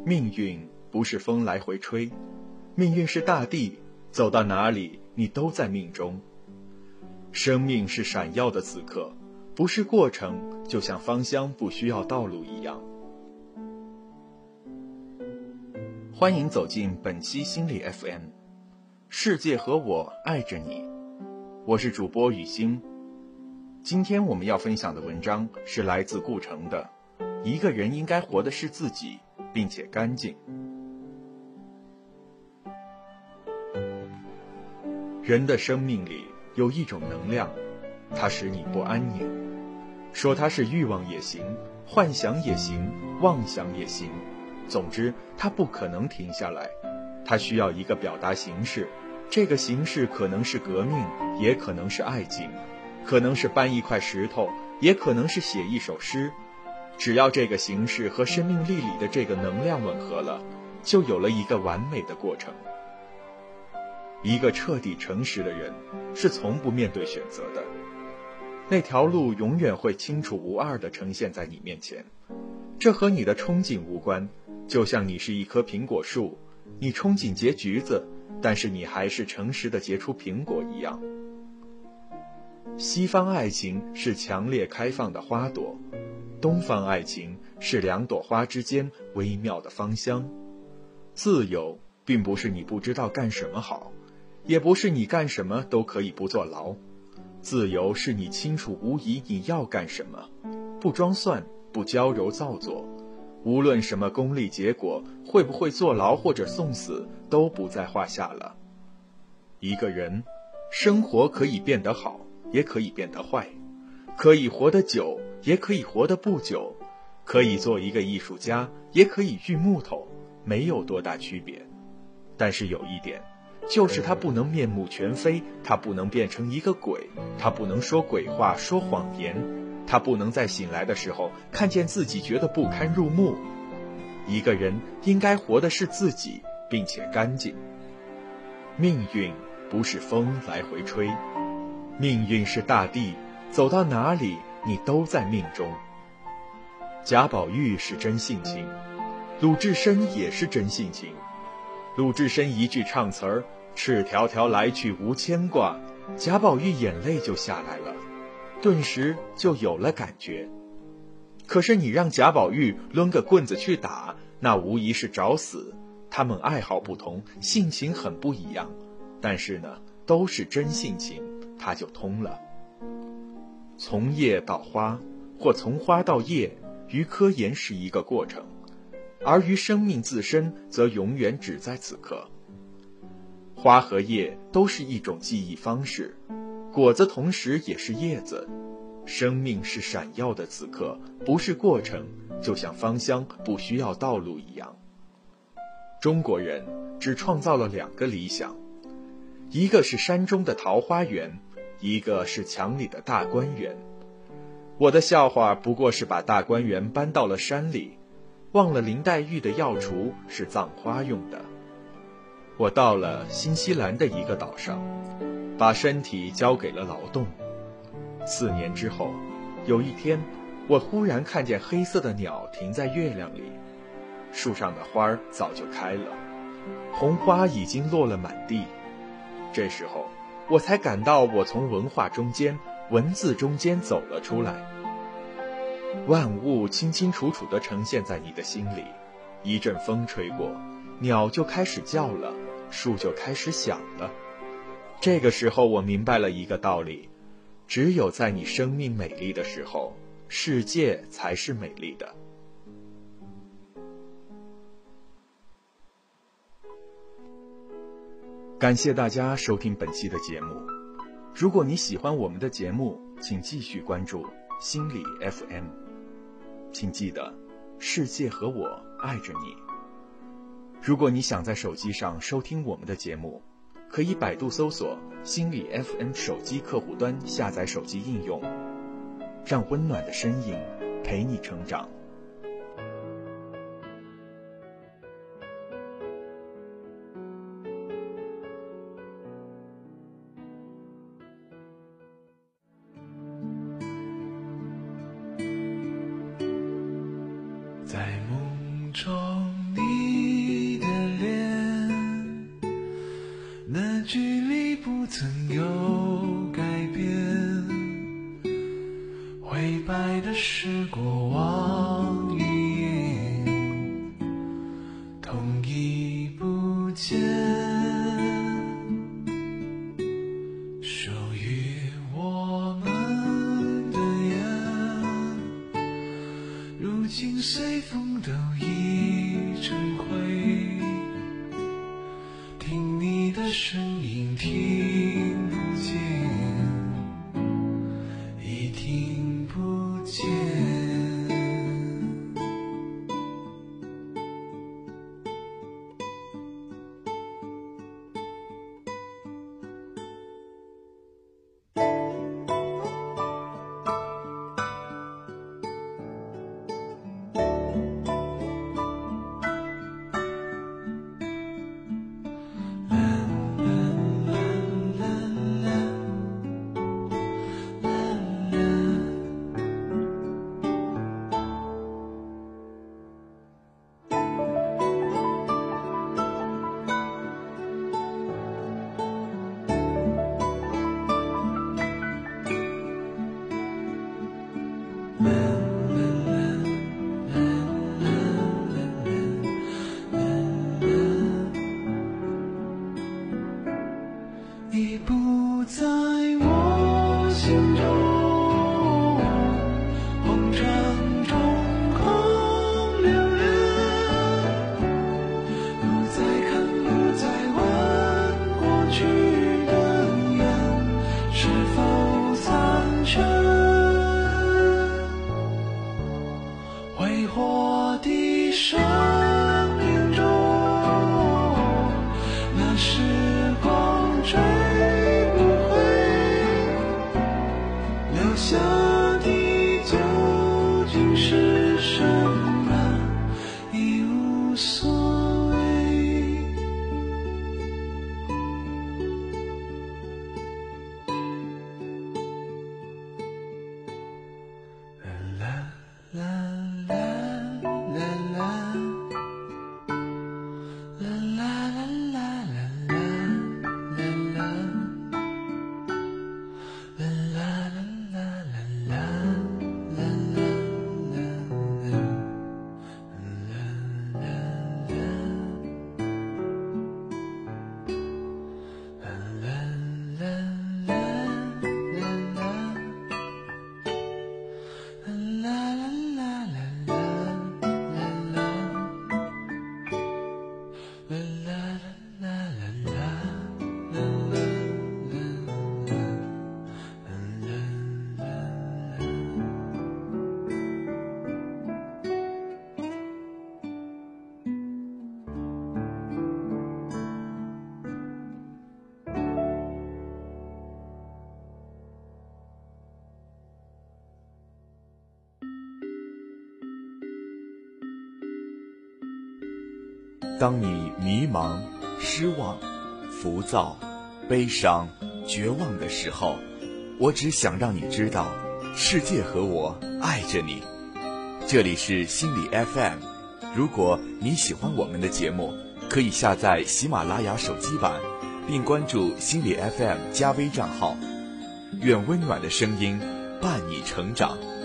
命运不是风来回吹，命运是大地，走到哪里你都在命中。生命是闪耀的此刻，不是过程，就像芳香不需要道路一样。欢迎走进本期心理 FM， 世界和我爱着你，我是主播雨欣。今天我们要分享的文章是来自顾城的一个人应该活的是自己，并且干净。人的生命里有一种能量，它使你不安宁。说它是欲望也行，幻想也行，妄想也行，总之它不可能停下来。它需要一个表达形式，这个形式可能是革命，也可能是爱情，可能是搬一块石头，也可能是写一首诗。只要这个形式和生命力里的这个能量吻合了，就有了一个完美的过程。一个彻底诚实的人是从不面对选择的，那条路永远会清楚无二地呈现在你面前。这和你的憧憬无关，就像你是一棵苹果树，你憧憬结橘子，但是你还是诚实地结出苹果一样。西方爱情是强烈开放的花朵，东方爱情是两朵花之间微妙的芳香。自由并不是你不知道干什么好，也不是你干什么都可以不坐牢。自由是你清楚无疑你要干什么，不装蒜，不娇柔造作，无论什么功利结果，会不会坐牢或者送死都不在话下了。一个人生活可以变得好，也可以变得坏，可以活得久，也可以活得不久，可以做一个艺术家，也可以锯木头，没有多大区别。但是有一点，就是他不能面目全非，他不能变成一个鬼，他不能说鬼话，说谎言，他不能在醒来的时候看见自己觉得不堪入目。一个人应该活的是自己，并且干净。命运不是风来回吹，命运是大地，走到哪里你都在命中。贾宝玉是真性情，鲁智深也是真性情。鲁智深一句唱词儿，赤条条来去无牵挂，贾宝玉眼泪就下来了，顿时就有了感觉。可是你让贾宝玉抡个棍子去打，那无疑是找死。他们爱好不同，性情很不一样，但是呢，都是真性情，他就通了。从叶到花，或从花到叶，于科研是一个过程，而于生命自身则永远只在此刻。花和叶都是一种记忆方式，果子同时也是叶子。生命是闪耀的此刻，不是过程，就像芳香不需要道路一样。中国人只创造了两个理想，一个是山中的桃花源，一个是墙里的大观园。我的笑话不过是把大观园搬到了山里，忘了林黛玉的药橱是葬花用的。我到了新西兰的一个岛上，把身体交给了劳动。4年之后，有一天，我忽然看见黑色的鸟停在月亮里，树上的花早就开了，红花已经落了满地。这时候，我才感到我从文化中间、文字中间走了出来。万物清清楚楚地呈现在你的心里，一阵风吹过，鸟就开始叫了，树就开始响了。这个时候我明白了一个道理，只有在你生命美丽的时候，世界才是美丽的。感谢大家收听本期的节目。如果你喜欢我们的节目，请继续关注心理 FM。 请记得，世界和我爱着你。如果你想在手机上收听我们的节目，可以百度搜索心理 FM 手机客户端，下载手机应用，让温暖的身影陪你成长。 在梦中你来的是过往云烟，痛已不见，属于我们的眼，如今随风都已成灰，听你的声音听不见，已听不见。已不在我心中，红尘中空流连，不再看，不再问过去的眼是否残缺，挥霍的生命中，那时光追不回，留下的究竟是什么，已无所谓。啦啦啦啦啦啦啦啦啦当你迷茫、失望、浮躁、悲伤、绝望的时候，我只想让你知道，世界和我爱着你。这里是心理 FM， 如果你喜欢我们的节目，可以下载喜马拉雅手机版，并关注心理 FM 加微账号。愿温暖的声音伴你成长。